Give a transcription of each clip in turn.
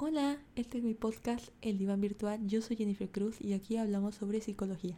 Hola, este es mi podcast El Diván Virtual. Yo soy Jennifer Cruz y aquí hablamos sobre psicología.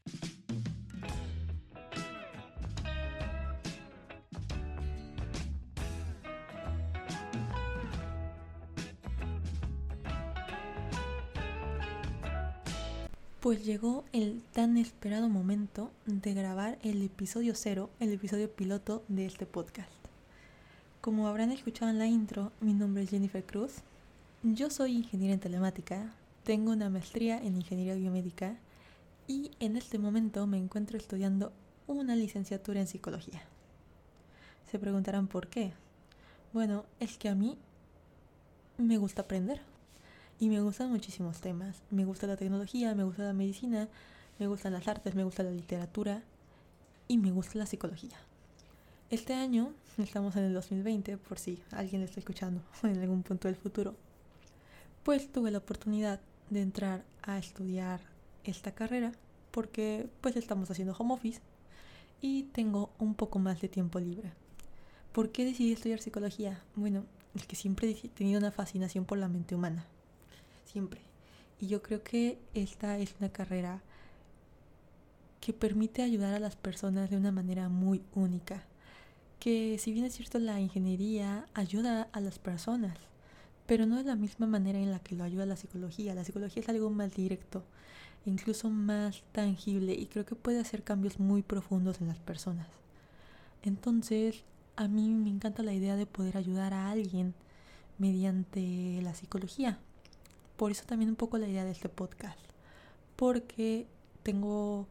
Pues llegó el tan esperado momento de grabar el episodio 0, el episodio piloto de este podcast. Como habrán escuchado en la intro, mi nombre es Jennifer Cruz. Yo soy ingeniera en telemática, tengo una maestría en ingeniería biomédica y en este momento me encuentro estudiando una licenciatura en psicología. Se preguntarán por qué. Bueno, es que a mí me gusta aprender y me gustan muchísimos temas. Me gusta la tecnología, me gusta la medicina, me gustan las artes, me gusta la literatura y me gusta la psicología. Este año, estamos en el 2020, por si alguien lo está escuchando en algún punto del futuro, pues tuve la oportunidad de entrar a estudiar esta carrera porque pues estamos haciendo home office y tengo un poco más de tiempo libre. ¿Por qué decidí estudiar psicología? Bueno, es que siempre he tenido una fascinación por la mente humana. Siempre. Y yo creo que esta es una carrera que permite ayudar a las personas de una manera muy única. Que si bien es cierto, la ingeniería ayuda a las personas, pero no de la misma manera en la que lo ayuda la psicología. La psicología es algo más directo, incluso más tangible, y creo que puede hacer cambios muy profundos en las personas. Entonces, a mí me encanta la idea de poder ayudar a alguien mediante la psicología. Por eso también un poco la idea de este podcast, porque tengo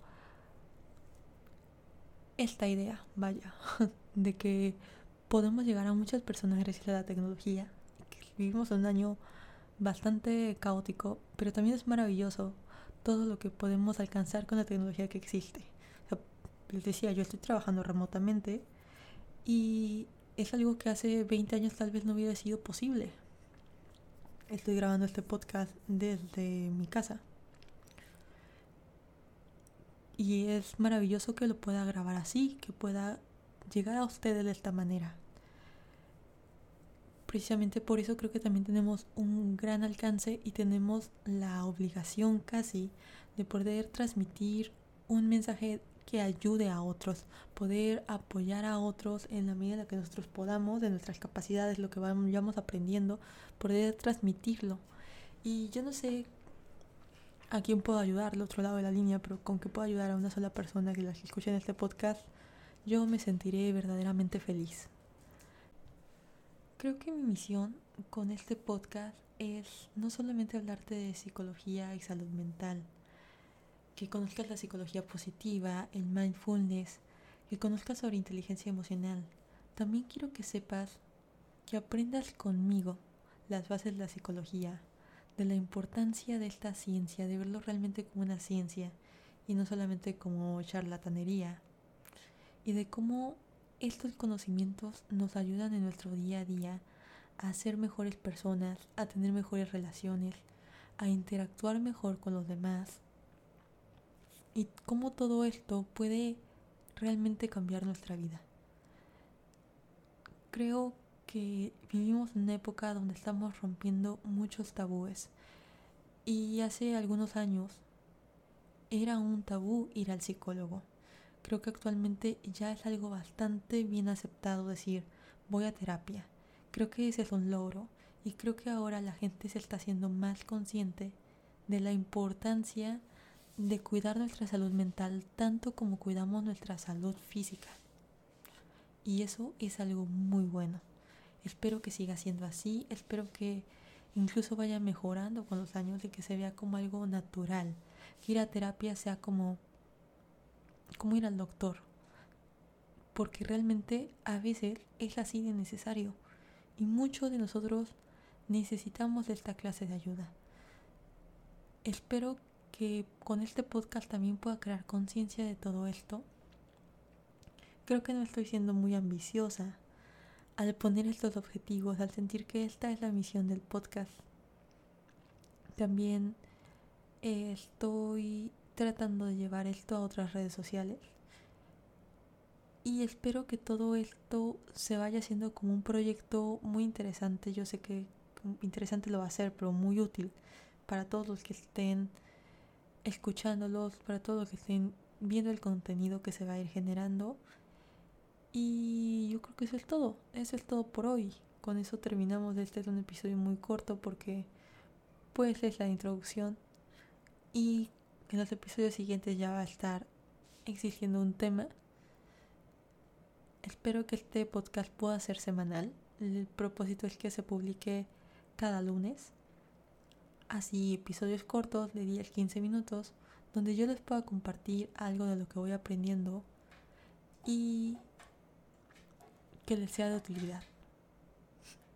esta idea, vaya, de que podemos llegar a muchas personas gracias a la tecnología. Que vivimos un año bastante caótico, pero también es maravilloso todo lo que podemos alcanzar con la tecnología que existe. O sea, les decía, yo estoy trabajando remotamente y es algo que hace 20 años tal vez no hubiera sido posible. Estoy grabando este podcast desde mi casa y es maravilloso que lo pueda grabar así, que pueda llegar a ustedes de esta manera. Precisamente por eso creo que también tenemos un gran alcance y tenemos la obligación casi de poder transmitir un mensaje que ayude a otros, poder apoyar a otros en la medida en la que nosotros podamos, de nuestras capacidades, lo que vayamos aprendiendo, poder transmitirlo. Y yo no sé a quién puedo ayudar al otro lado de la línea, pero con que puedo ayudar a una sola persona que la escuche en este podcast, yo me sentiré verdaderamente feliz. Creo que mi misión con este podcast es no solamente hablarte de psicología y salud mental, que conozcas la psicología positiva, el mindfulness, que conozcas sobre inteligencia emocional. También quiero que sepas, que aprendas conmigo las bases de la psicología, de la importancia de esta ciencia, de verlo realmente como una ciencia y no solamente como charlatanería, y de cómo estos conocimientos nos ayudan en nuestro día a día a ser mejores personas, a tener mejores relaciones, a interactuar mejor con los demás, y cómo todo esto puede realmente cambiar nuestra vida. Creo que vivimos en una época donde estamos rompiendo muchos tabúes, y hace algunos años era un tabú ir al psicólogo. Creo que actualmente ya es algo bastante bien aceptado decir voy a terapia. Creo que ese es un logro, y creo que ahora la gente se está haciendo más consciente de la importancia de cuidar nuestra salud mental tanto como cuidamos nuestra salud física. Y eso es algo muy bueno. Espero que siga siendo así, espero que incluso vaya mejorando con los años y que se vea como algo natural. Que ir a terapia sea como ir al doctor, porque realmente a veces es así de necesario y muchos de nosotros necesitamos de esta clase de ayuda. Espero que con este podcast también pueda crear conciencia de todo esto. Creo que no estoy siendo muy ambiciosa al poner estos objetivos, al sentir que esta es la misión del podcast. También estoy tratando de llevar esto a otras redes sociales y espero que todo esto se vaya haciendo como un proyecto muy interesante. Yo sé que interesante lo va a ser, pero muy útil para todos los que estén escuchándolos, para todos los que estén viendo el contenido que se va a ir generando. Y yo creo que eso es todo por hoy. Con eso terminamos. Este es un episodio muy corto porque pues es la introducción, y en los episodios siguientes ya va a estar existiendo un tema. Espero que este podcast pueda ser semanal. El propósito es que se publique cada lunes, así episodios cortos de 10-15 minutos donde yo les pueda compartir algo de lo que voy aprendiendo y que les sea de utilidad.